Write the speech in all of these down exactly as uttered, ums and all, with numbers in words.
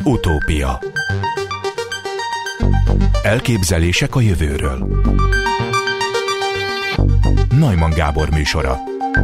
Utópia. Elképzelések a jövőről. Neumann Gábor műsora.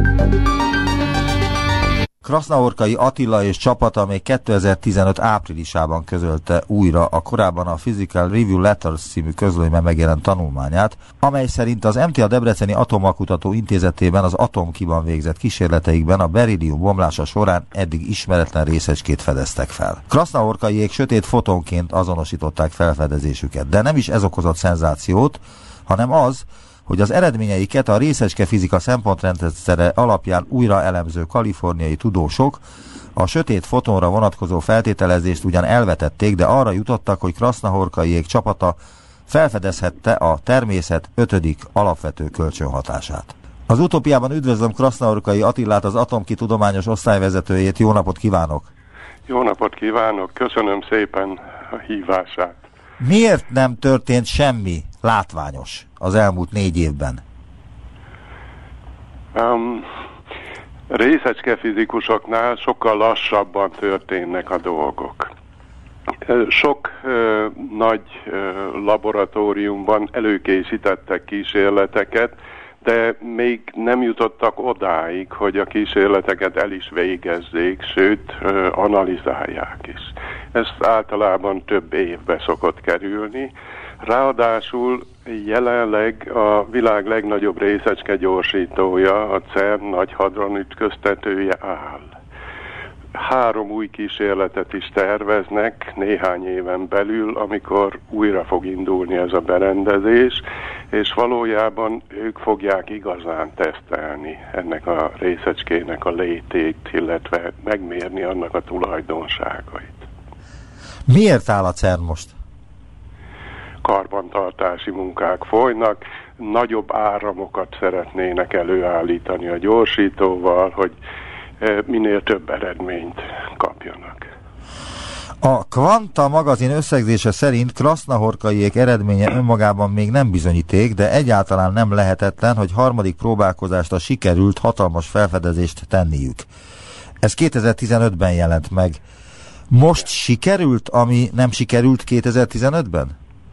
Krasznahorkai Attila és csapata még kétezer-tizenöt áprilisában közölte újra a korábban a Physical Review Letters című közlönyben megjelent tanulmányát, amely szerint az em té á Debreceni Atomalkutató Intézetében az atomkiban végzett kísérleteikben a berillium bomlása során eddig ismeretlen részecskét fedeztek fel. Krasznahorkaiék sötét fotonként azonosították felfedezésüket, de nem is ez okozott szenzációt, hanem az, hogy az eredményeiket a részecske fizika szempontrendszere alapján újra elemző kaliforniai tudósok a sötét fotonra vonatkozó feltételezést ugyan elvetették, de arra jutottak, hogy Krasznahorkaiék csapata felfedezhette a természet ötödik alapvető kölcsönhatását. Az utópiában üdvözlöm Krasznahorkai Attilát, az Atomki tudományos osztályvezetőjét. Jó napot kívánok! Jó napot kívánok! Köszönöm szépen a hívását! Miért nem történt semmi látványos az elmúlt négy évben? Um, részecskefizikusoknál sokkal lassabban történnek a dolgok. Sok uh, nagy uh, laboratóriumban előkészítettek kísérleteket, de még nem jutottak odáig, hogy a kísérleteket el is végezzék, sőt, uh, analizálják is. Ez általában több évbe szokott kerülni. Ráadásul jelenleg a világ legnagyobb részecske gyorsítója, a cern Nagy Hadron Ütköztetője áll. Három új kísérletet is terveznek néhány éven belül, amikor újra fog indulni ez a berendezés, és valójában ők fogják igazán tesztelni ennek a részecskének a létét, illetve megmérni annak a tulajdonságait. Miért áll a cern most? Karbantartási munkák folynak, nagyobb áramokat szeretnének előállítani a gyorsítóval, hogy minél több eredményt kapjanak. A Quanta magazin összegzése szerint Krasznahorkaiék eredménye önmagában még nem bizonyíték, de egyáltalán nem lehetetlen, hogy harmadik próbálkozásra sikerült hatalmas felfedezést tenniük. Ez kétezer-tizenötben jelent meg. Most sikerült, ami nem sikerült kétezer-tizenötben?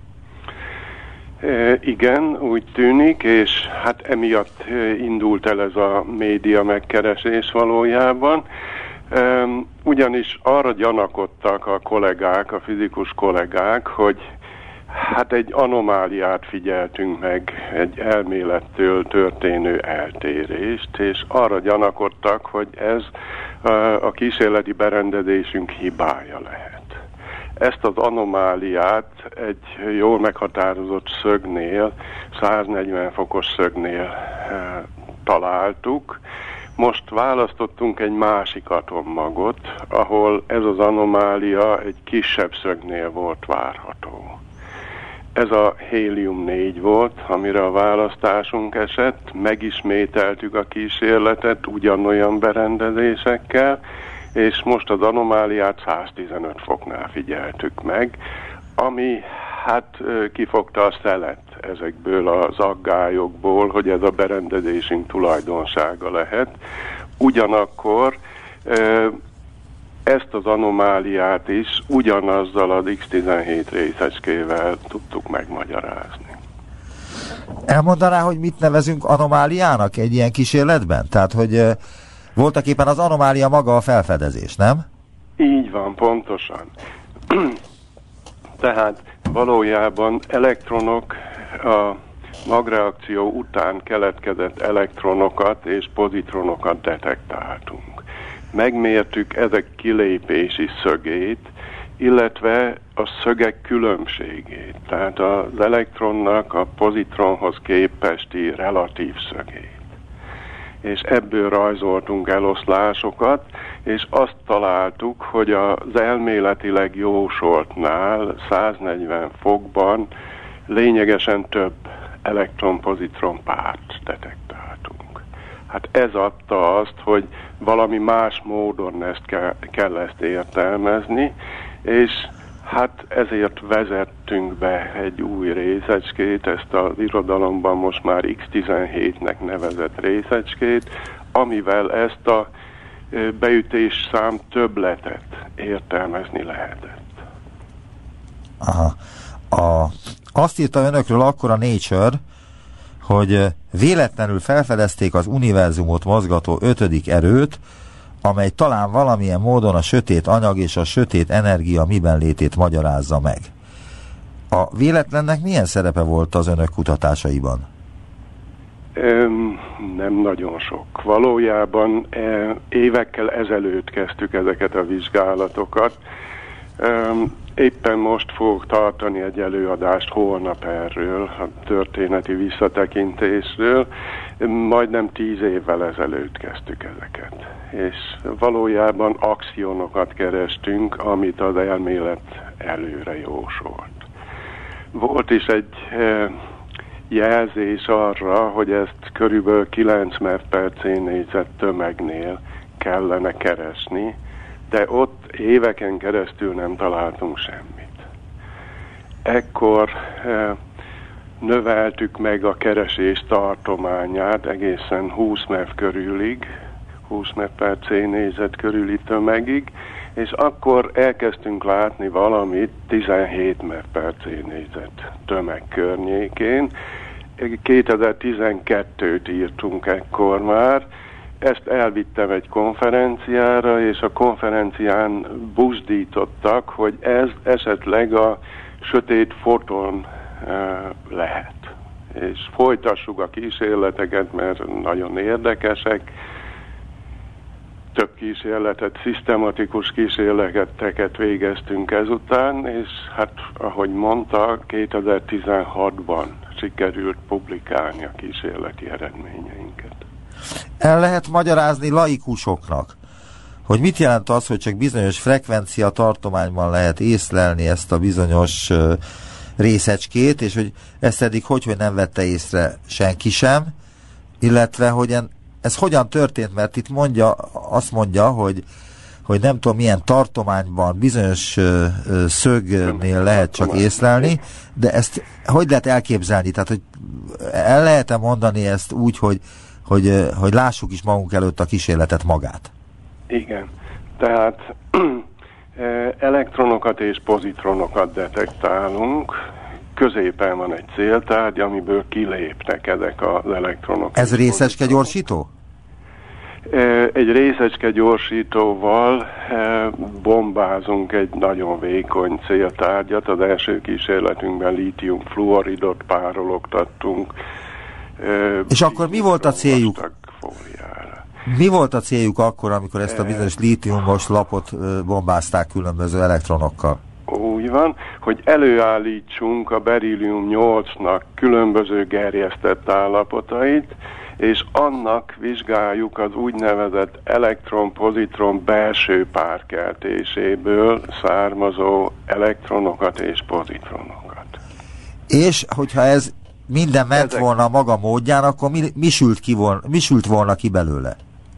E, igen, úgy tűnik, és hát emiatt indult el ez a média megkeresés valójában. E, ugyanis arra gyanakodtak a kollégák, a fizikus kollégák, hogy hát egy anomáliát figyeltünk meg, egy elmélettől történő eltérést, és arra gyanakodtak, hogy ez a kísérleti berendezésünk hibája lehet. Ezt az anomáliát egy jól meghatározott szögnél, száznegyven fokos szögnél e, találtuk. Most választottunk egy másik atommagot, ahol ez az anomália egy kisebb szögnél volt várható. Ez a hélium négy volt, amire a választásunk esett, megismételtük a kísérletet ugyanolyan berendezésekkel, és most az anomáliát száztizenöt foknál figyeltük meg, ami hát kifogta a szelet ezekből az aggályokból, hogy ez a berendezésünk tulajdonsága lehet. Ugyanakkor ezt az anomáliát is ugyanazzal az iksz tizenhét részecskével tudtuk megmagyarázni. Elmondaná, hogy mit nevezünk anomáliának egy ilyen kísérletben? Tehát, hogy voltak éppen az anomália maga a felfedezés, nem? Így van, pontosan. Tehát valójában elektronok, a magreakció után keletkezett elektronokat és pozitronokat detektáltunk. Megmértük ezek kilépési szögét, illetve a szögek különbségét, tehát az elektronnak a pozitronhoz képesti relatív szögét. És ebből rajzoltunk eloszlásokat, és azt találtuk, hogy az elméletileg jósoltnál száznegyven fokban lényegesen több elektron-pozitron párt detektáltunk. Hát ez adta azt, hogy valami más módon ezt ke- kell ezt értelmezni, és hát ezért vezettünk be egy új részecskét, ezt az irodalomban most már iksz tizenhétnek nevezett részecskét, amivel ezt a beütésszám többletet értelmezni lehetett. Aha. A, azt írta önökről akkor a Nature, hogy véletlenül felfedezték az univerzumot mozgató ötödik erőt, amely talán valamilyen módon a sötét anyag és a sötét energia miben létét magyarázza meg. A véletlennek milyen szerepe volt az önök kutatásaiban? Öm, nem nagyon sok. Valójában e, évekkel ezelőtt kezdtük ezeket a vizsgálatokat. Öm, éppen most fogok tartani egy előadást holnap erről, a történeti visszatekintésről. Majdnem tíz évvel ezelőtt kezdtük ezeket. És valójában axionokat kerestünk, amit az elmélet előre jósolt. Volt is egy e, jelzés arra, hogy ezt körülbelül kilenc MeV per cé négyzet tömegnél kellene keresni, de ott éveken keresztül nem találtunk semmit. Ekkor e, növeltük meg a keresés tartományát egészen húsz MeV körülig, húsz MeV per cé négyzet körüli tömegig, és akkor elkezdtünk látni valamit tizenhét MeV per cé négyzet tömeg környékén. kétezer-tizenkettőt írtunk ekkor már, ezt elvittem egy konferenciára, és a konferencián buzdítottak, hogy ez esetleg a sötét foton uh, lehet. És folytassuk a kísérleteket, mert nagyon érdekesek. Több kísérletet, szisztematikus kísérleteket végeztünk ezután, és hát, ahogy mondta, kétezer-tizenhatban sikerült publikálni a kísérleti eredményeinket. El lehet magyarázni laikusoknak, hogy mit jelent az, hogy csak bizonyos frekvencia tartományban lehet észlelni ezt a bizonyos uh, részecskét, és hogy ezt eddig hogy, hogy nem vette észre senki sem, illetve hogy en, ez hogyan történt, mert itt mondja, azt mondja, hogy, hogy nem tudom milyen tartományban bizonyos uh, uh, szögnél lehet csak észlelni, de ezt hogy lehet elképzelni? Tehát, hogy el lehet-e mondani ezt úgy, hogy, hogy, hogy lássuk is magunk előtt a kísérletet magát? Igen. Tehát elektronokat és pozitronokat detektálunk, középen van egy céltárgy, amiből kilépnek ezek az elektronok. Ez részecske gyorsító? Egy részecske gyorsítóval bombázunk egy nagyon vékony céltárgyat. Az első kísérletünkben lítium fluoridot párologtattunk. És akkor mi volt a céljuk? Mi volt a céljuk akkor, amikor ezt a bizonyos lítiumos lapot bombázták különböző elektronokkal? Úgy van, hogy előállítsunk a berillium nyolcnak különböző gerjesztett állapotait, és annak vizsgáljuk az úgynevezett elektron-pozitron belső párkeltéséből származó elektronokat és pozitronokat. És hogyha ez minden ment Ezek... volna maga módján, akkor mi, mi, sült ki volna, mi sült volna ki belőle?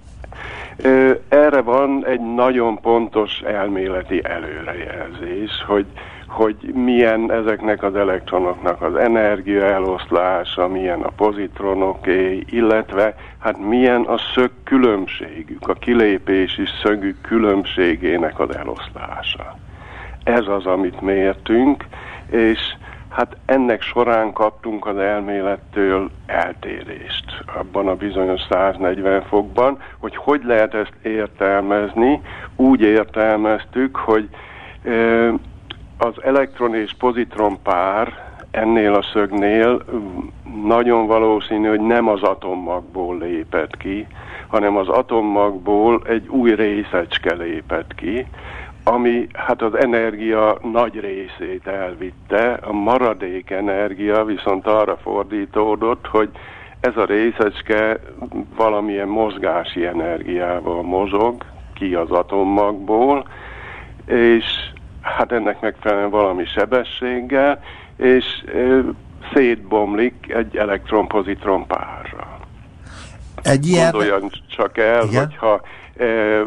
Erre van egy nagyon pontos elméleti előrejelzés, hogy, hogy milyen ezeknek az elektronoknak az energia eloszlása, milyen a pozitronoké, illetve hát milyen a szög különbségük, a kilépési szögük különbségének az eloszlása. Ez az, amit mértünk, és hát ennek során kaptunk az elmélettől eltérést abban a bizonyos száznegyven fokban, hogy hogy lehet ezt értelmezni. Úgy értelmeztük, hogy ö, az elektron és pozitron pár ennél a szögnél nagyon valószínű, hogy nem az atommagból lépett ki, hanem az atommagból egy új részecske lépett ki, ami hát az energia nagy részét elvitte, a maradék energia viszont arra fordítódott, hogy ez a részecske valamilyen mozgási energiával mozog ki az atommagból, és hát ennek megfelelően valami sebességgel, és e, szétbomlik egy elektron-pozitron párra. Egy ilyen... Gondoljon csak el, igen? hogyha e, e,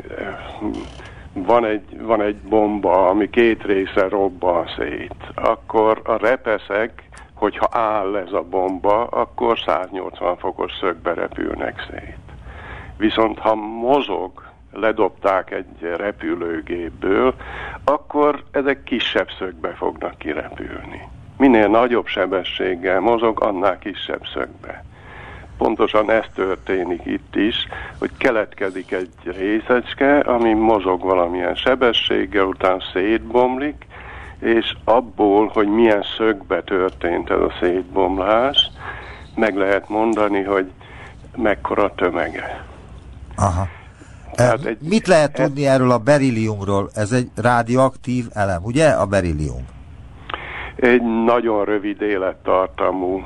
Van egy, van egy bomba, ami két része robban szét, akkor a repeszek, hogyha áll ez a bomba, akkor száznyolcvan fokos szögbe repülnek szét. Viszont ha mozog, ledobták egy repülőgépből, akkor ezek kisebb szögbe fognak kirepülni. Minél nagyobb sebességgel mozog, annál kisebb szögbe. Pontosan ez történik itt is, hogy keletkezik egy részecske, ami mozog valamilyen sebességgel, után szétbomlik, és abból, hogy milyen szögbe történt ez a szétbomlás, meg lehet mondani, hogy mekkora tömege. Aha. Tehát egy, Mit lehet ez, tudni erről a berilliumról? Ez egy radioaktív elem, ugye? A berillium. Egy nagyon rövid élettartamú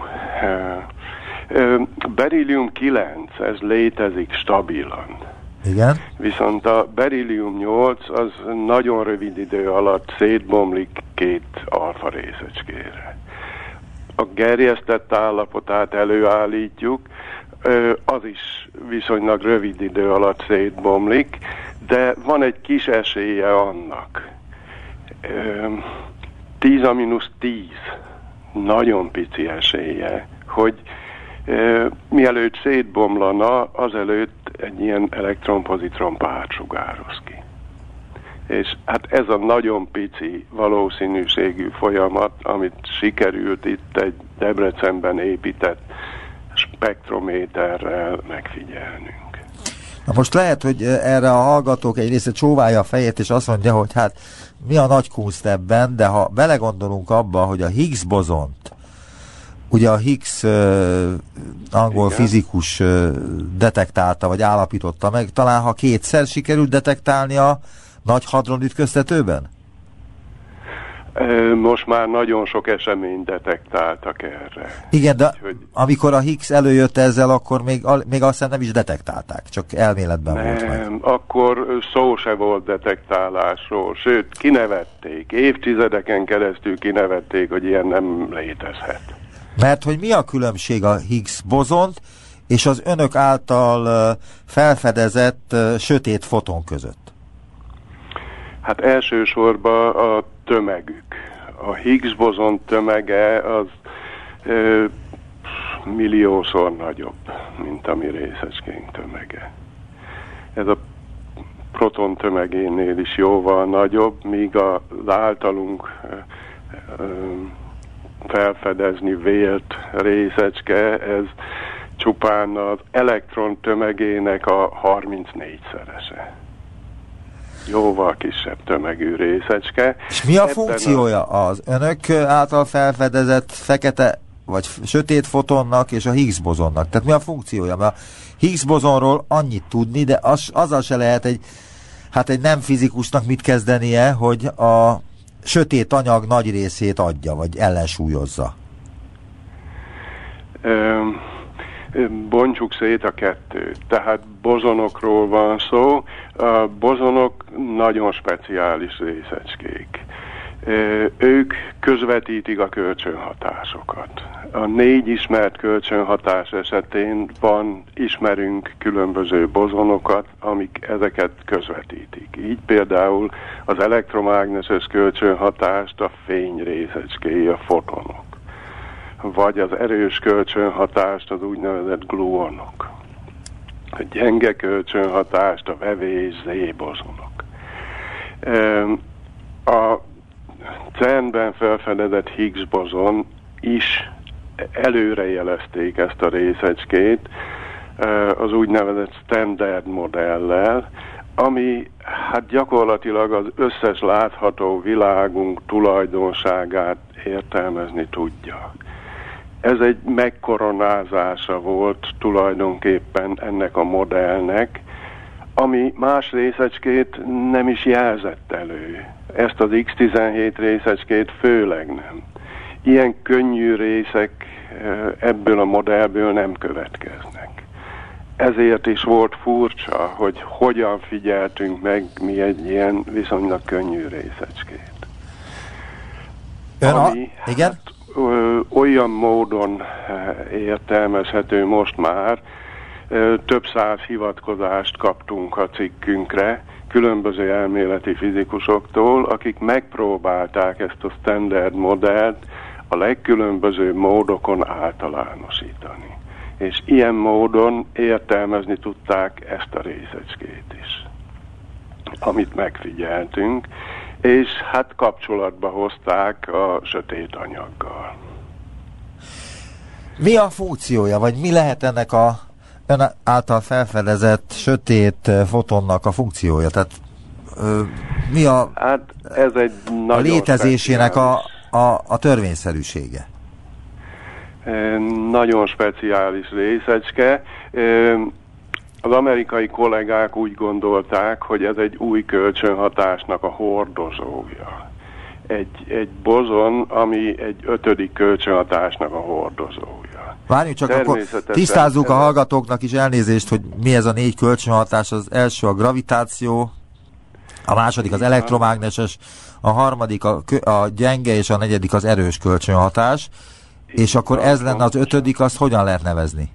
berillium kilenc, ez létezik stabilan. Igen. Viszont a berillium nyolc az nagyon rövid idő alatt szétbomlik két alfa részecskére. A gerjesztett állapotát előállítjuk, az is viszonylag rövid idő alatt szétbomlik, de van egy kis esélye annak. tíz a mínusz tíz, nagyon pici esélye, hogy e, mielőtt szétbomlana, azelőtt egy ilyen elektron-pozitron párt sugároz ki. És hát ez a nagyon pici valószínűségű folyamat, amit sikerült itt egy Debrecenben épített spektrométerrel megfigyelnünk. Na most lehet, hogy erre a hallgatók egy része csóválja a fejét, és azt mondja, hogy hát mi a nagy kunst ebben, de ha belegondolunk abba, hogy a Higgs bozont, ugye a Higgs uh, angol Igen. fizikus uh, detektálta, vagy állapította meg, talán ha kétszer sikerült detektálni a nagy hadron ütköztetőben? Most már nagyon sok eseményt detektáltak erre. Igen, de Úgyhogy... amikor a Higgs előjött ezzel, akkor még, még azt hiszem nem is detektálták, csak elméletben nem, volt meg. Akkor szó se volt detektálásról, sőt, kinevették, évtizedeken keresztül kinevették, hogy ilyen nem létezhet. Mert hogy mi a különbség a Higgs bozont és az önök által felfedezett sötét foton között? Hát elsősorban a tömegük. A Higgs bozon tömege az ö, milliószor nagyobb, mint a mi részecskénk tömege. Ez a proton tömegénél is jóval nagyobb, míg az általunk ö, ö, felfedezni vélt részecske, ez csupán az elektron tömegének a harmincnégyszerese. Jóval kisebb tömegű részecske. És mi a Ebben funkciója a... az önök által felfedezett fekete vagy sötét fotonnak és a Higgs bozonnak? Tehát mi a funkciója? Mert a Higgs bozonról annyit tudni, de az, azzal se lehet egy, hát egy nem fizikusnak mit kezdenie, hogy a sötét anyag nagy részét adja, vagy ellensúlyozza. Um. Bontsuk szét a kettőt. Tehát bozonokról van szó. A bozonok nagyon speciális részecskék. Ők közvetítik a kölcsönhatásokat. A négy ismert kölcsönhatás esetén van, ismerünk különböző bozonokat, amik ezeket közvetítik. Így például az elektromágneses kölcsönhatást a fény részecskéi, a fotonok. Vagy az erős kölcsönhatást az úgynevezett gluonok. A gyenge kölcsönhatást a vevés Z-bozonok. A cernben felfedezett Higgs bozon is előrejelezték ezt a részecskét az úgynevezett standard modellel, ami hát gyakorlatilag az összes látható világunk tulajdonságát értelmezni tudja. Ez egy megkoronázása volt tulajdonképpen ennek a modellnek, ami más részecskét nem is jelzett elő. Ezt az iksz tizenhét részecskét főleg nem. Ilyen könnyű részek ebből a modellből nem következnek. Ezért is volt furcsa, hogy hogyan figyeltünk meg mi egy ilyen viszonylag könnyű részecskét. Ön Ami, a... Igen? Hát, ö, olyan módon értelmezhető most már, ö, több száz hivatkozást kaptunk a cikkünkre, különböző elméleti fizikusoktól, akik megpróbálták ezt a standard modellt a legkülönbözőbb módokon általánosítani. És ilyen módon értelmezni tudták ezt a részecskét is, amit megfigyeltünk, és hát kapcsolatba hozták a sötét anyaggal. Mi a funkciója, vagy mi lehet ennek a ön által felfedezett sötét fotonnak a funkciója? Tehát ö, mi a, hát ez egy a létezésének a, a, a törvényszerűsége? Nagyon speciális részecske. Az amerikai kollégák úgy gondolták, hogy ez egy új kölcsönhatásnak a hordozója. Egy, egy bozon, ami egy ötödik kölcsönhatásnak a hordozója. Várjunk csak, akkor tisztázzuk a hallgatóknak is, elnézést, hogy mi ez a négy kölcsönhatás. Az első a gravitáció, a második az elektromágneses, a harmadik a, a gyenge, és a negyedik az erős kölcsönhatás. És akkor ez lenne az ötödik, azt hogyan lehet nevezni?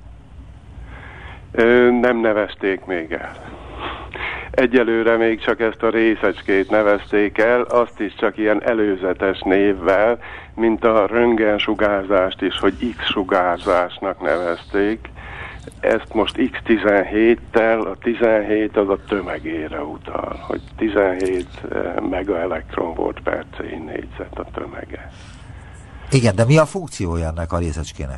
Ö, nem nevezték még el. Egyelőre még csak ezt a részecskét nevezték el, azt is csak ilyen előzetes névvel, mint a röntgensugárzást is, hogy X-sugárzásnak nevezték. Ezt most X tizenhéttel, a tizenhét az a tömegére utal, hogy tizenhét megaelektron volt per C négyzet a tömege. Igen, de mi a funkciója ennek a részecskének?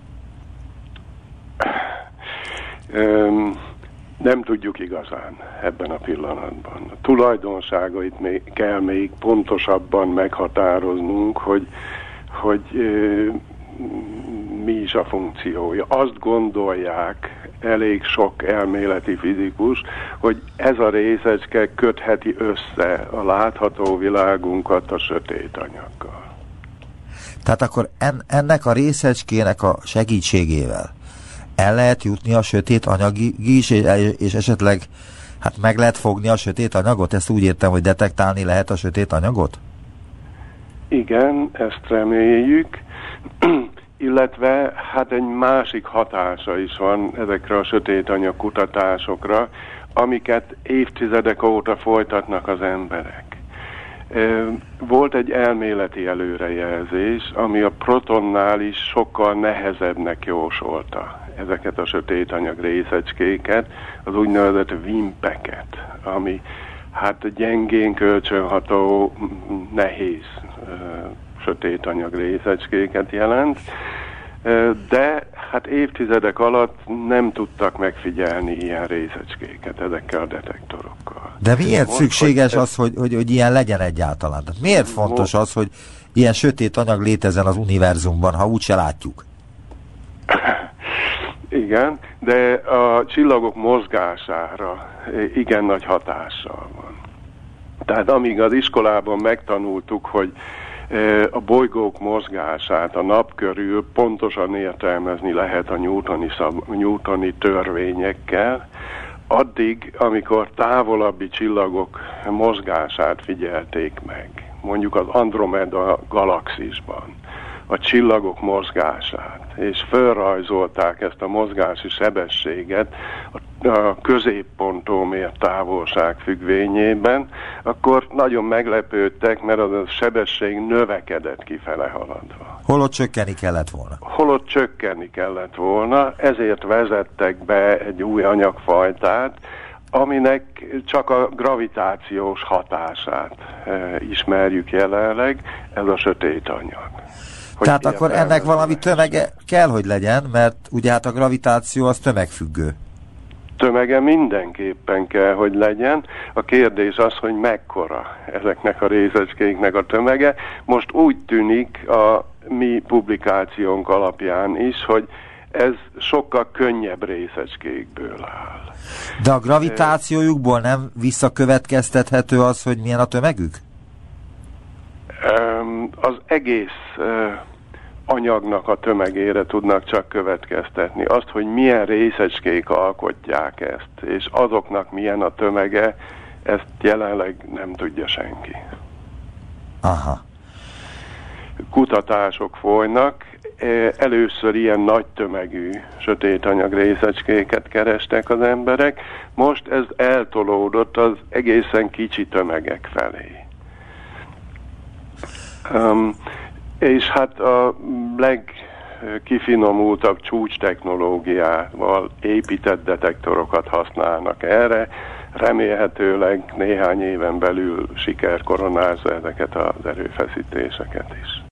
Öm, nem tudjuk igazán ebben a pillanatban. A tulajdonságait még, kell még pontosabban meghatároznunk, hogy, hogy ö, mi is a funkciója. Azt gondolják elég sok elméleti fizikus, hogy ez a részecske kötheti össze a látható világunkat a sötét anyaggal. Tehát akkor en, ennek a részecskének a segítségével el lehet jutni a sötét anyagig is, és, és esetleg hát meg lehet fogni a sötét anyagot? Ezt úgy értem, hogy detektálni lehet a sötét anyagot? Igen, ezt reméljük. Illetve hát egy másik hatása is van ezekre a sötét anyag kutatásokra, amiket évtizedek óta folytatnak az emberek. Volt egy elméleti előrejelzés, ami a protonnál is sokkal nehezebbnek jósolta ezeket a sötét anyag részecskéket, az úgynevezett vimpeket, ami hát gyengén kölcsönható, nehéz sötét anyag részecskéket jelent, de hát évtizedek alatt nem tudtak megfigyelni ilyen részecskéket ezekkel a detektorokkal. De miért most, szükséges hogy az, hogy, hogy, hogy ilyen legyen egyáltalán? Tehát miért fontos az, hogy ilyen sötét anyag létezzen az univerzumban, ha úgyse látjuk? Igen, de a csillagok mozgására igen nagy hatással van. Tehát amíg az iskolában megtanultuk, hogy a bolygók mozgását a nap körül pontosan értelmezni lehet a newtoni, szab- newtoni törvényekkel, addig, amikor távolabbi csillagok mozgását figyelték meg, mondjuk az Andromeda galaxisban, a csillagok mozgását, és felrajzolták ezt a mozgási sebességet a középponttól mért távolság függvényében, akkor nagyon meglepődtek, mert az a sebesség növekedett kifele haladva. Holott csökkenni kellett volna. Holott csökkenni kellett volna, ezért vezettek be egy új anyagfajtát, aminek csak a gravitációs hatását e, ismerjük jelenleg, ez a sötét anyag. Hogy Tehát akkor ennek valami tömege kell, hogy legyen, mert ugye hát a gravitáció az tömegfüggő. Tömege mindenképpen kell, hogy legyen. A kérdés az, hogy mekkora ezeknek a részecskéknek a tömege. Most úgy tűnik a mi publikációnk alapján is, hogy ez sokkal könnyebb részecskékből áll. De a gravitációjukból nem visszakövetkeztethető az, hogy milyen a tömegük? Az egész anyagnak a tömegére tudnak csak következtetni. Azt, hogy milyen részecskék alkotják ezt, és azoknak milyen a tömege, ezt jelenleg nem tudja senki. Aha. Kutatások folynak. Először ilyen nagy tömegű sötét anyag részecskéket kerestek az emberek, most ez eltolódott az egészen kicsi tömegek felé. Um, és hát a legkifinomultabb csúcs technológiával épített detektorokat használnak erre. remélhetőleg néhány éven belül siker koronázza ezeket az erőfeszítéseket is.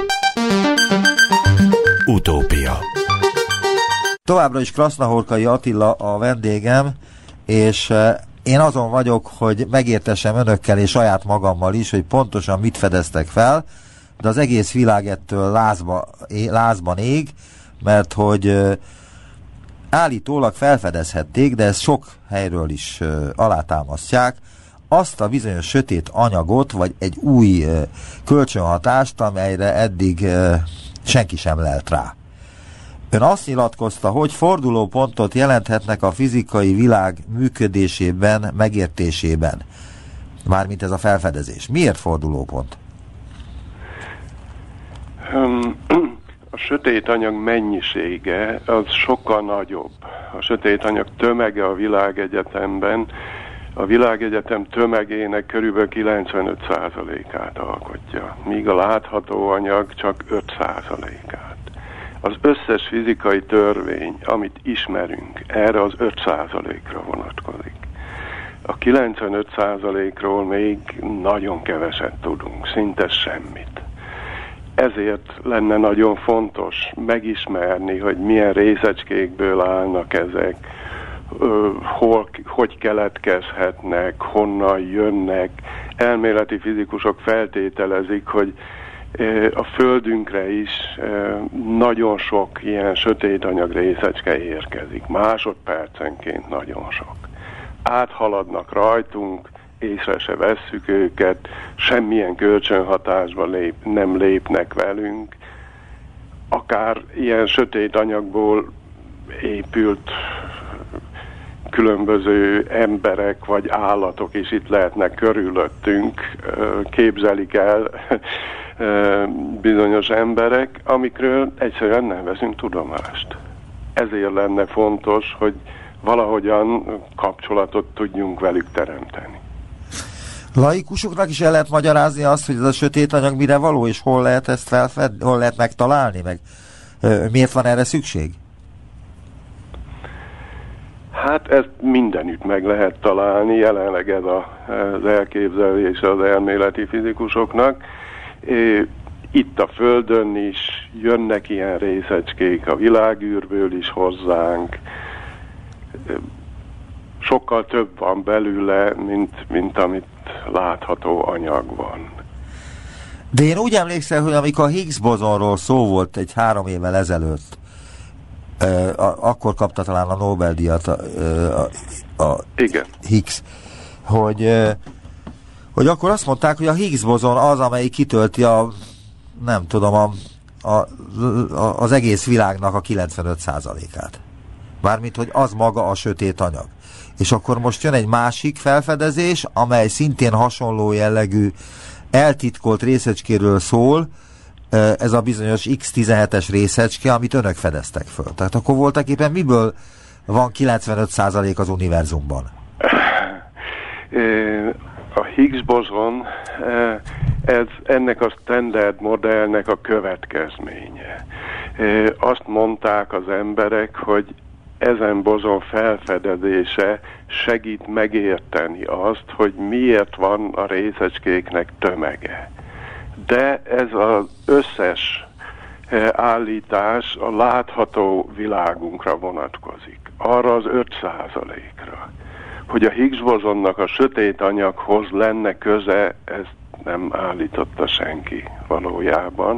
Utópia. Továbbra is Krasznahorkai Attila a vendégem, és én azon vagyok, hogy megértessem önökkel és saját magammal is, hogy pontosan mit fedeztek fel, de az egész világ ettől lázba, lázban ég, mert hogy állítólag felfedezhették, de ezt sok helyről is alátámasztják, azt a bizonyos sötét anyagot, vagy egy új kölcsönhatást, amelyre eddig senki sem lelt rá. Ön azt nyilatkozta, hogy fordulópontot jelenthetnek a fizikai világ működésében, megértésében. Mármint ez a felfedezés. Miért fordulópont? A sötét anyag mennyisége az sokkal nagyobb. A sötét anyag tömege a világegyetemben, a világegyetem tömegének körülbelül kilencvenöt százalékát alkotja, míg a látható anyag csak öt százalékát. Az összes fizikai törvény, amit ismerünk, erre az öt százalékra vonatkozik. A kilencvenöt százalékról még nagyon keveset tudunk, szinte semmit. Ezért lenne nagyon fontos megismerni, hogy milyen részecskékből állnak ezek, hol, hogy keletkezhetnek, honnan jönnek. Elméleti fizikusok feltételezik, hogy a Földünkre is nagyon sok ilyen sötét anyag részecske érkezik. Másodpercenként nagyon sok. Áthaladnak rajtunk, észre se vesszük őket, semmilyen kölcsönhatásba lép, nem lépnek velünk. Akár ilyen sötét anyagból épült különböző emberek vagy állatok is itt lehetnek körülöttünk, képzelik el bizonyos emberek, amikről egyszerűen nem veszünk tudomást. Ezért lenne fontos, hogy valahogyan kapcsolatot tudjunk velük teremteni. Laikusoknak is el lehet magyarázni azt, hogy ez a sötét anyag mire való, és hol lehet ezt felfedni, hol lehet megtalálni, meg miért van erre szükség? Hát ezt mindenütt meg lehet találni, jelenleg ez a, az elképzelés az elméleti fizikusoknak. Itt a Földön is jönnek ilyen részecskék, a világűrből is hozzánk. Sokkal több van belőle, mint, mint amit látható anyag van. De én úgy emlékszem, hogy amikor a Higgs bozonról szó volt egy három évvel ezelőtt, Uh, akkor kapta talán a Nobel-díjat a, a, a Igen. Higgs, hogy, uh, hogy akkor azt mondták, hogy a Higgs bozon az, amelyik kitölti a, nem tudom, a, a, a, az egész világnak a kilencvenöt százalékát. Mármint, hogy az maga a sötét anyag. És akkor most jön egy másik felfedezés, amely szintén hasonló jellegű eltitkolt részecskéről szól, ez a bizonyos iksz tizenhetes részecske, amit önök fedeztek föl. Tehát akkor voltak éppen miből van kilencvenöt százalék az univerzumban? A Higgs bozon, ez ennek a standard modellnek a következménye. Azt mondták az emberek, hogy ezen bozon felfedezése segít megérteni azt, hogy miért van a részecskéknek tömege. De ez az összes állítás a látható világunkra vonatkozik. Arra az öt százalékra. Hogy a Higgs bozonnak a sötét anyaghoz lenne köze, ezt nem állította senki valójában.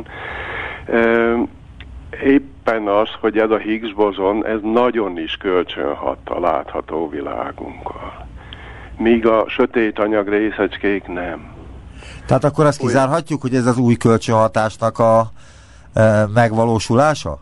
Éppen az, hogy ez a Higgs bozon, ez nagyon is kölcsönhat a látható világunkkal. Míg a sötét anyag részecskék nem. Tehát akkor azt kizárhatjuk, hogy ez az új kölcsönhatásnak a e, megvalósulása?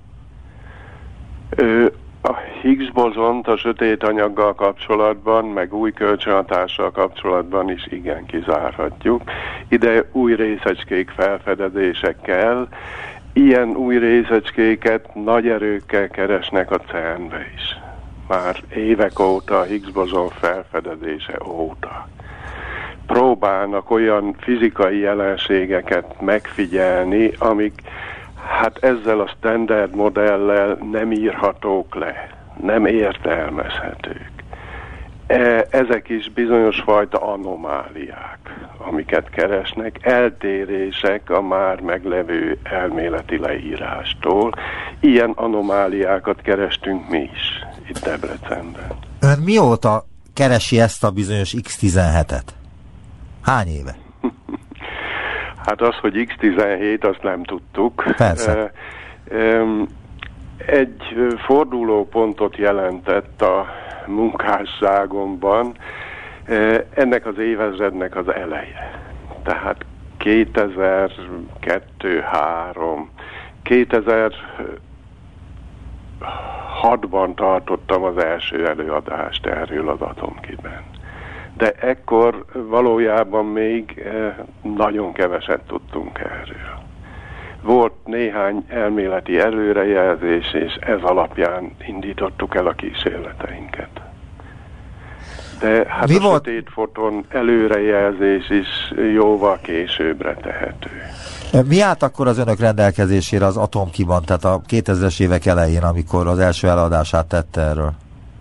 Ö, a Higgs bozont a sötét anyaggal kapcsolatban, meg új kölcsönhatással kapcsolatban is igen kizárhatjuk. Ide új részecskék felfedezésekkel, ilyen új részecskéket nagy erőkkel keresnek a cernbe is. Már évek óta, a Higgs bozon felfedezése óta. Próbálnak olyan fizikai jelenségeket megfigyelni, amik hát ezzel a standard modellel nem írhatók le, nem értelmezhetők. ezek is bizonyos fajta anomáliák, amiket keresnek, eltérések a már meglevő elméleti leírástól. Ilyen anomáliákat kerestünk mi is itt Debrecenben. Ön mióta keresi ezt a bizonyos iksz tizenhetet? Hány éve? Hát az, hogy iksz tizenhét, azt nem tudtuk. Persze. Egy fordulópontot jelentett a munkásságomban ennek az évezrednek az eleje. Tehát kétezer-kettő három kétezer-hatban tartottam az első előadást erről az Atomkiben. De ekkor valójában még nagyon keveset tudtunk erről. Volt néhány elméleti előrejelzés, és ez alapján indítottuk el a kísérleteinket. De hát Mi a volt? sötét foton előrejelzés is jóval későbbre tehető. Mi állt akkor az önök rendelkezésére az Atomkiban, tehát a kétezres évek elején, amikor az első előadását tette erről?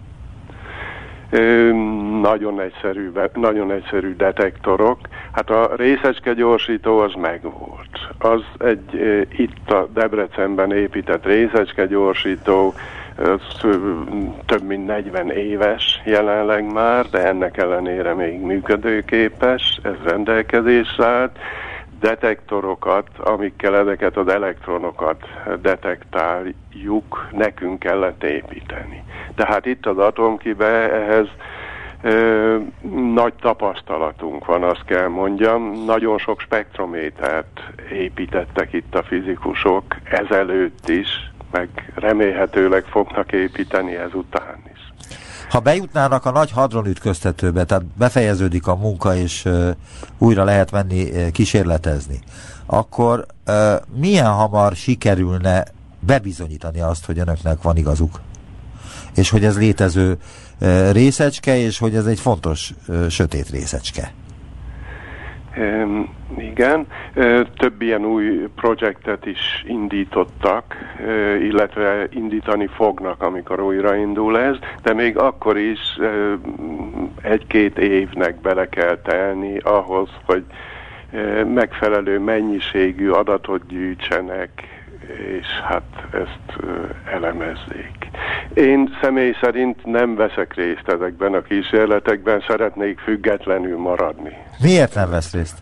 Ö, nagyon egyszerű, nagyon egyszerű detektorok. Hát a részecske gyorsító az megvolt. Az egy e, itt a Debrecenben épített részecske gyorsító, az több mint negyven éves jelenleg már, de ennek ellenére még működőképes, ez rendelkezésre állt. Detektorokat, amikkel ezeket az elektronokat detektáljuk, nekünk kellett építeni. Tehát itt az Atomkibe ehhez ö, nagy tapasztalatunk van, azt kell mondjam. Nagyon sok spektrométert építettek itt a fizikusok ezelőtt is, meg remélhetőleg fognak építeni ezután is. Ha bejutnának a nagy hadronütköztetőbe, tehát befejeződik a munka, és uh, újra lehet menni uh, kísérletezni, akkor uh, milyen hamar sikerülne bebizonyítani azt, hogy önöknek van igazuk? És hogy ez létező uh, részecske, és hogy ez egy fontos uh, sötét részecske? Um, igen, uh, több ilyen új projektet is indítottak, uh, illetve indítani fognak, amikor újraindul ez, de még akkor is uh, egy-két évnek bele kell telni ahhoz, hogy uh, megfelelő mennyiségű adatot gyűjtsenek, és hát ezt uh, elemezzék. Én személy szerint nem veszek részt ezekben a kísérletekben, szeretnék függetlenül maradni. Miért nem vesz részt?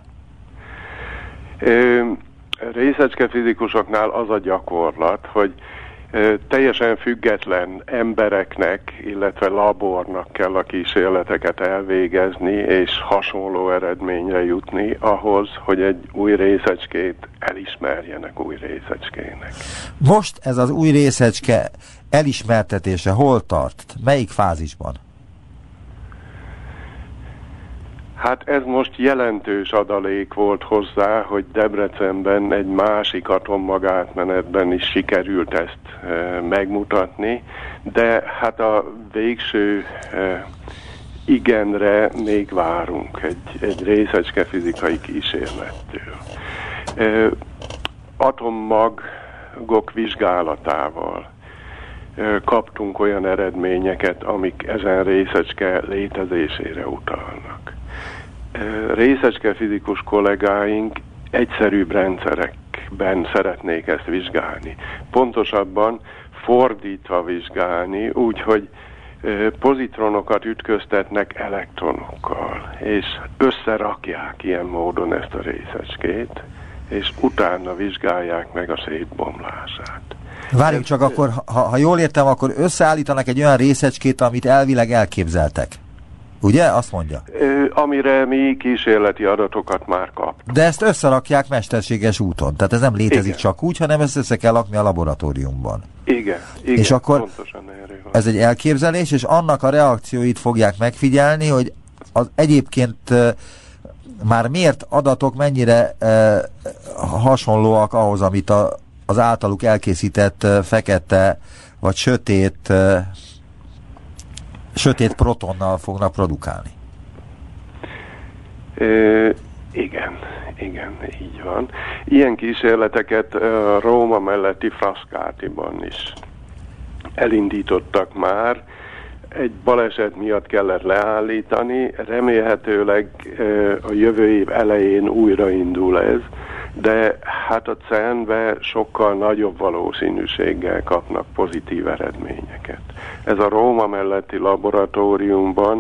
Ö, részecske fizikusoknál az a gyakorlat, hogy ö, teljesen független embereknek, illetve labornak kell a kísérleteket elvégezni, és hasonló eredményre jutni ahhoz, hogy egy új részecskét elismerjenek új részecskének. Most ez az új részecske elismertetése hol tart? Melyik fázisban? Hát ez most jelentős adalék volt hozzá, hogy Debrecenben egy másik atommagátmenetben is sikerült ezt e, megmutatni, de hát a végső e, igenre még várunk egy, egy részecske fizikai kísérlettől. E, atommagok vizsgálatával e, kaptunk olyan eredményeket, amik ezen részecske létezésére utalnak. Részecske fizikus kollégáink egyszerűbb rendszerekben szeretnék ezt vizsgálni. Pontosabban fordítva vizsgálni, úgyhogy pozitronokat ütköztetnek elektronokkal, és összerakják ilyen módon ezt a részecskét, és utána vizsgálják meg a szétbomlását. Várjunk csak, akkor, ha, ha jól értem, akkor összeállítanak egy olyan részecskét, amit elvileg elképzeltek. Ugye? Azt mondja. Ö, amire mi kísérleti adatokat már kaptunk. De ezt összerakják mesterséges úton. Tehát ez nem létezik igen. csak úgy, hanem ezt össze kell lakni a laboratóriumban. Igen, igen, és akkor pontosan erről van. Ez egy elképzelés, és annak a reakcióit fogják megfigyelni, hogy az egyébként uh, már mért adatok mennyire uh, hasonlóak ahhoz, amit a, az általuk elkészített uh, fekete vagy sötét uh, sötét protonnal fognak produkálni. Ö, igen, igen, így van. Ilyen kísérleteket uh, Róma melletti Frascatiban is elindítottak már. egy baleset miatt kellett leállítani, remélhetőleg a jövő év elején újraindul ez, de hát a cernbe sokkal nagyobb valószínűséggel kapnak pozitív eredményeket. Ez a Róma melletti laboratóriumban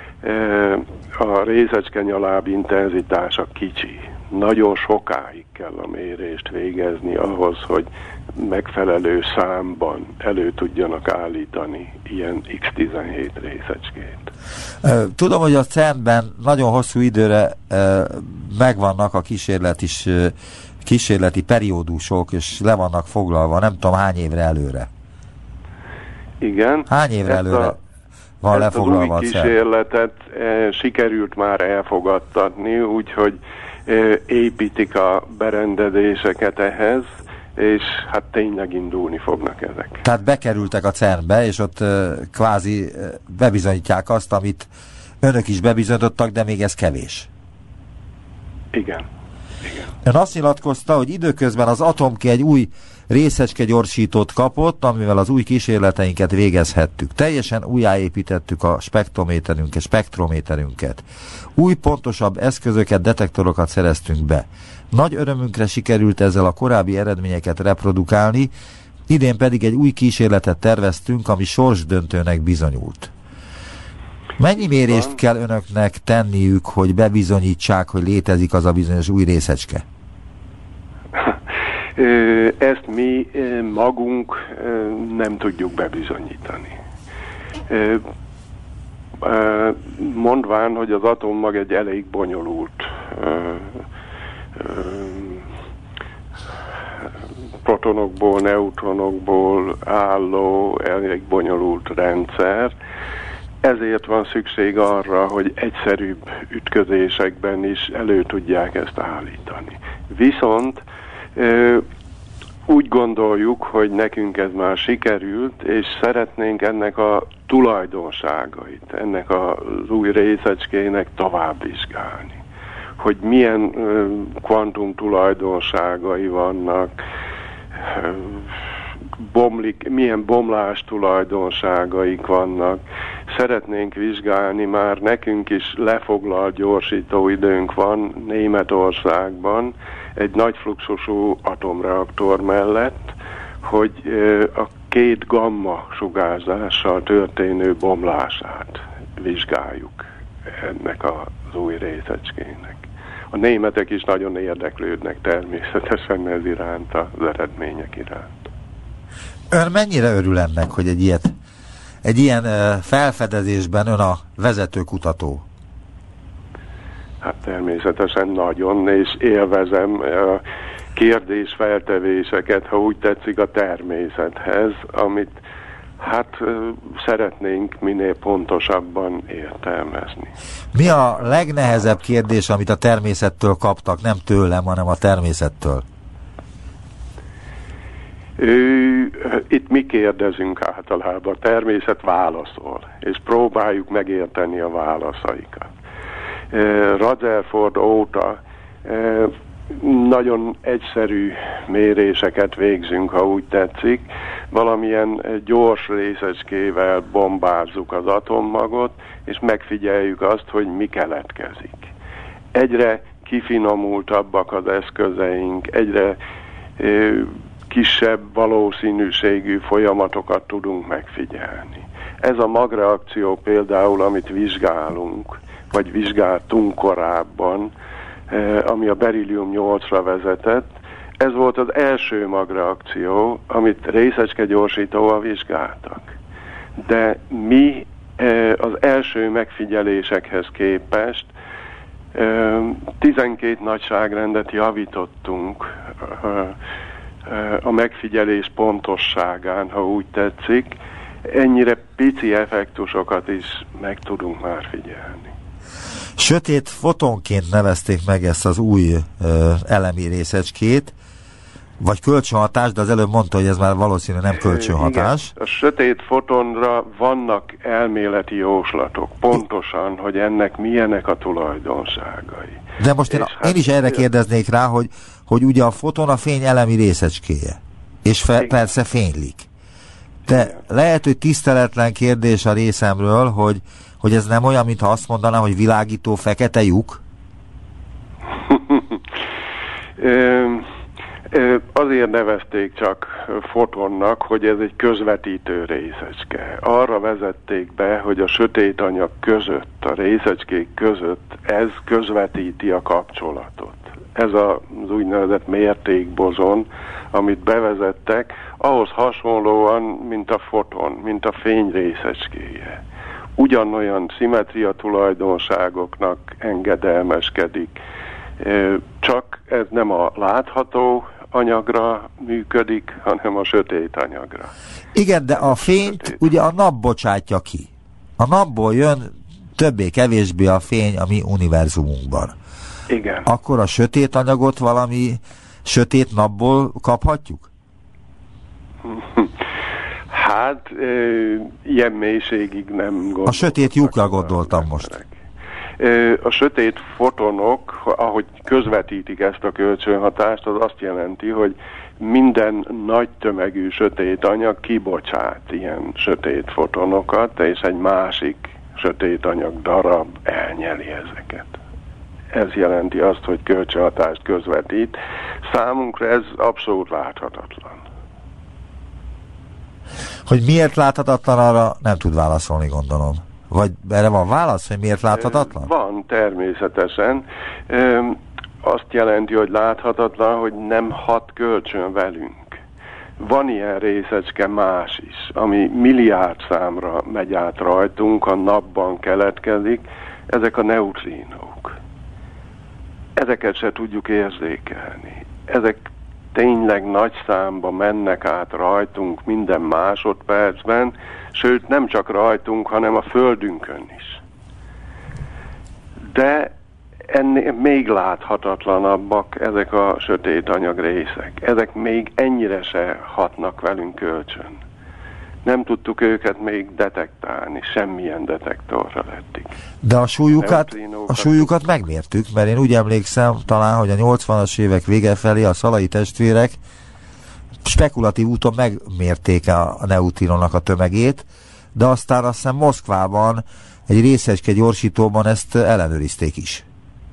a részecskenyaláb intenzitása kicsi. Nagyon sokáig kell a mérést végezni ahhoz, hogy megfelelő számban elő tudjanak állítani ilyen iksz tizenhét részecskét. Tudom, hogy a cernben nagyon hosszú időre megvannak a kísérlet is, kísérleti periódusok, és le vannak foglalva, nem tudom hány évre előre. Igen. Hány évre ezt előre a, van lefoglalva a ezt az új kísérletet e, sikerült már elfogadtatni, úgyhogy e, építik a berendezéseket ehhez, és hát tényleg indulni fognak ezek. Tehát bekerültek a cernbe, és ott e, kvázi e, bebizonyítják azt, amit önök is bebizonyítottak, de még ez kevés. Igen. Igen. Ön azt nyilatkozta, hogy időközben az Atomki egy új részecskegyorsítót kapott, amivel az új kísérleteinket végezhettük. Teljesen újjáépítettük a spektrométerünket, spektrométerünket. Új, pontosabb eszközöket, detektorokat szereztünk be. Nagy örömünkre sikerült ezzel a korábbi eredményeket reprodukálni, idén pedig egy új kísérletet terveztünk, ami sorsdöntőnek bizonyult. Mennyi mérést kell önöknek tenniük, hogy bebizonyítsák, hogy létezik az a bizonyos új részecske? Ezt mi magunk nem tudjuk bebizonyítani. Mondván, hogy az atommag egy elég bonyolult protonokból, neutronokból álló, elég bonyolult rendszer, ezért van szükség arra, hogy egyszerűbb ütközésekben is elő tudják ezt állítani. Viszont úgy gondoljuk, hogy nekünk ez már sikerült, és szeretnénk ennek a tulajdonságait, ennek az új részecskének tovább vizsgálni. Hogy milyen kvantum tulajdonságai vannak, bomlik, milyen bomlás tulajdonságaik vannak. Szeretnénk vizsgálni, már nekünk is lefoglalt gyorsítóidőnk van Németországban, egy nagy fluxusú atomreaktor mellett, hogy a két gamma sugárzással történő bomlását vizsgáljuk ennek az új részecskének. A németek is nagyon érdeklődnek természetesen ez iránt, az eredmények iránt. Ön mennyire örül ennek, hogy egy, ilyet, egy ilyen felfedezésben ön a vezető kutató? Hát természetesen nagyon, és élvezem a kérdésfeltevéseket, ha úgy tetszik, a természethez, amit hát szeretnénk minél pontosabban értelmezni. Mi a legnehezebb kérdés, amit a természettől kaptak, nem tőlem, hanem a természettől? Ő, itt mi kérdezünk általában, a természet válaszol, és próbáljuk megérteni a válaszaikat. Rutherford óta nagyon egyszerű méréseket végzünk, ha úgy tetszik. Valamilyen gyors részecskével bombázzuk az atommagot, és megfigyeljük azt, hogy mi keletkezik. Egyre kifinomultabbak az eszközeink, egyre kisebb valószínűségű folyamatokat tudunk megfigyelni. Ez a magreakció például, amit vizsgálunk, vagy vizsgáltunk korábban, ami a berillium nyolcra vezetett, ez volt az első magreakció, amit részecskegyorsítóval vizsgáltak. De mi az első megfigyelésekhez képest tizenkét nagyságrendet javítottunk a megfigyelés pontosságán, ha úgy tetszik, ennyire pici effektusokat is meg tudunk már figyelni. Sötét fotonként nevezték meg ezt az új ö, elemi részecskét, vagy kölcsönhatás, de az előbb mondta, hogy ez már valószínűleg nem kölcsönhatás. Igen, a sötét fotonra vannak elméleti jóslatok, pontosan, hogy ennek milyenek a tulajdonságai. De most én, hát, én is erre kérdeznék rá, hogy, hogy ugye a foton a fény elemi részecskéje, és fe, persze fénylik. De igen. Lehet, hogy tiszteletlen kérdés a részemről, hogy, hogy ez nem olyan, mintha azt mondaná, hogy világító fekete lyuk? Azért nevezték csak fotonnak, hogy ez egy közvetítő részecske. Arra vezették be, hogy a sötét anyag között, a részecskék között ez közvetíti a kapcsolatot. Ez az úgynevezett mértékbozon, amit bevezettek, ahhoz hasonlóan, mint a foton, mint a fény részecskéje. Ugyanolyan szimmetria tulajdonságoknak engedelmeskedik, csak ez nem a látható anyagra működik, hanem a sötét anyagra. Igen, de a fényt sötét. Ugye a nap bocsátja ki. A napból jön többé-kevésbé a fény a mi univerzumunkban. Igen. Akkor a sötét anyagot valami sötét napból kaphatjuk? Hát, e, ilyen mélységig nem gondoltam. A sötét lyukra gondoltam most. A sötét fotonok, ahogy közvetítik ezt a kölcsönhatást, az azt jelenti, hogy minden nagy tömegű sötét anyag kibocsát ilyen sötét fotonokat, és egy másik sötét anyag darab elnyeli ezeket. Ez jelenti azt, hogy kölcsönhatást közvetít. Számunkra ez abszolút láthatatlan. Hogy miért láthatatlan, arra nem tud válaszolni, gondolom. Vagy erre van válasz, hogy miért láthatatlan? Van, természetesen. Azt jelenti, hogy láthatatlan, hogy nem hat kölcsön velünk. Van ilyen részecske más is, ami milliárd számra megy át rajtunk, a napban keletkezik, ezek a neutrínók. Ezeket se tudjuk érzékelni. Ezek tényleg nagy számba mennek át rajtunk minden másodpercben, sőt nem csak rajtunk, hanem a Földünkön is. De ennél még láthatatlanabbak ezek a sötét anyagrészek. Ezek még ennyire se hatnak velünk kölcsön. Nem tudtuk őket még detektálni, semmilyen detektorra lettik. De a súlyukat, a súlyukat megmértük, mert én úgy emlékszem talán, hogy a nyolcvanas évek vége felé a Szalai testvérek spekulatív úton megmérték a neutrinónak a tömegét, de aztán azt hiszem Moszkvában egy részecske gyorsítóban ezt ellenőrizték is.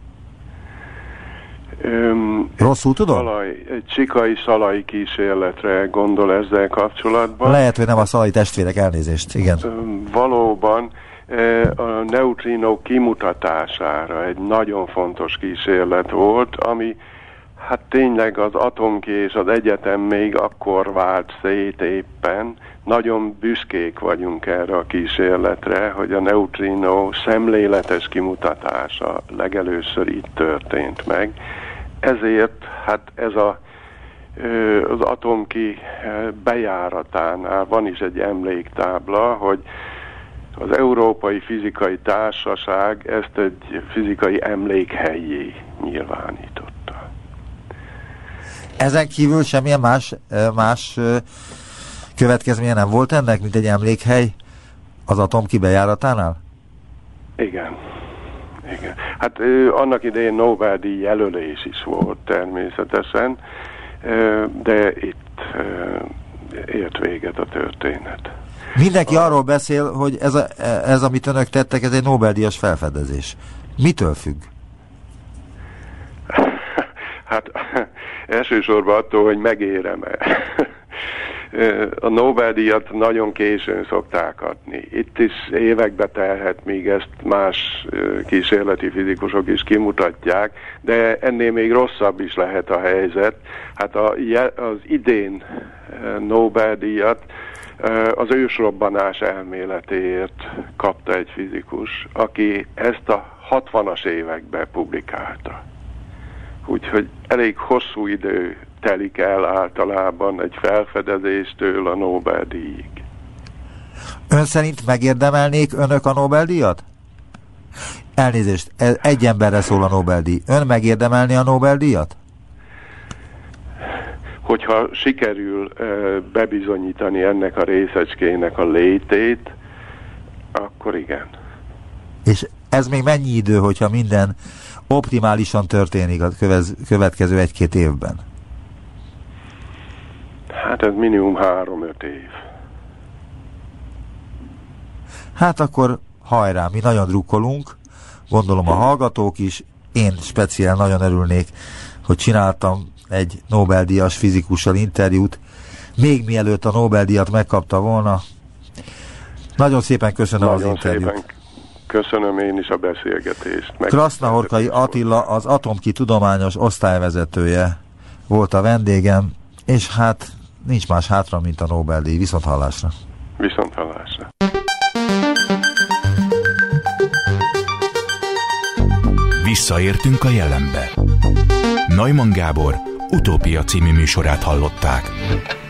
Öm, Rosszul tudom? Szalai, egy csikai szalai kísérletre gondol ezzel kapcsolatban. Lehet, hogy nem a Szalai testvérek, elnézést, igen. Öm, valóban a neutrínók kimutatására egy nagyon fontos kísérlet volt, ami hát tényleg az atomki és az egyetem még akkor vált szét éppen. Nagyon büszkék vagyunk erre a kísérletre, hogy a neutrínó szemléletes kimutatása legelőször itt történt meg. Ezért hát ez a, az atomki bejáratánál van is egy emléktábla, hogy az Európai Fizikai Társaság ezt egy fizikai emlékhellyé nyilvánította. Ezen kívül semmilyen más, más következménye nem volt ennek, mint egy emlékhely az atomki bejáratánál? Igen. Igen. Hát ö, annak idején Nobel-díj jelölés is volt természetesen, ö, de itt ö, ért véget a történet. Mindenki a... arról beszél, hogy ez, a, ez, amit önök tettek, ez egy Nobel-díjas felfedezés. Mitől függ? Hát elsősorban attól, hogy megérem-e. A Nobel-díjat nagyon későn szokták adni. Itt is évekbe telhet, míg ezt más kísérleti fizikusok is kimutatják, de ennél még rosszabb is lehet a helyzet. Hát a, az idén Nobel-díjat az ősrobbanás elméletéért kapta egy fizikus, aki ezt a hatvanas években publikálta. Úgyhogy elég hosszú idő telik el általában egy felfedezéstől a Nobel-díjig. Ön szerint megérdemelnék önök a Nobel-díjat? Elnézést, egy emberre szól a Nobel-díj. Ön megérdemelni a Nobel-díjat? Hogyha sikerül uh, bebizonyítani ennek a részecskének a létét, akkor igen. És ez még mennyi idő, hogyha minden optimálisan történik a következő egy-két évben? Hát ez minimum három-öt év. Hát akkor hajrá, mi nagyon drukkolunk, gondolom a hallgatók is, én speciál nagyon örülnék, hogy csináltam egy Nobel-díjas fizikussal interjút, még mielőtt a Nobel-díjat megkapta volna. Nagyon szépen köszönöm nagyon az interjút. Szépen. Köszönöm én is a beszélgetést. Krasznahorkai Attila, az Atomki tudományos osztályvezetője volt a vendégem, és hát nincs más hátra, mint a Nobel-díj. Viszonthallásra. Viszonthallásra. Visszaértünk a jelenbe. Neumann Gábor Utópia című műsorát hallották.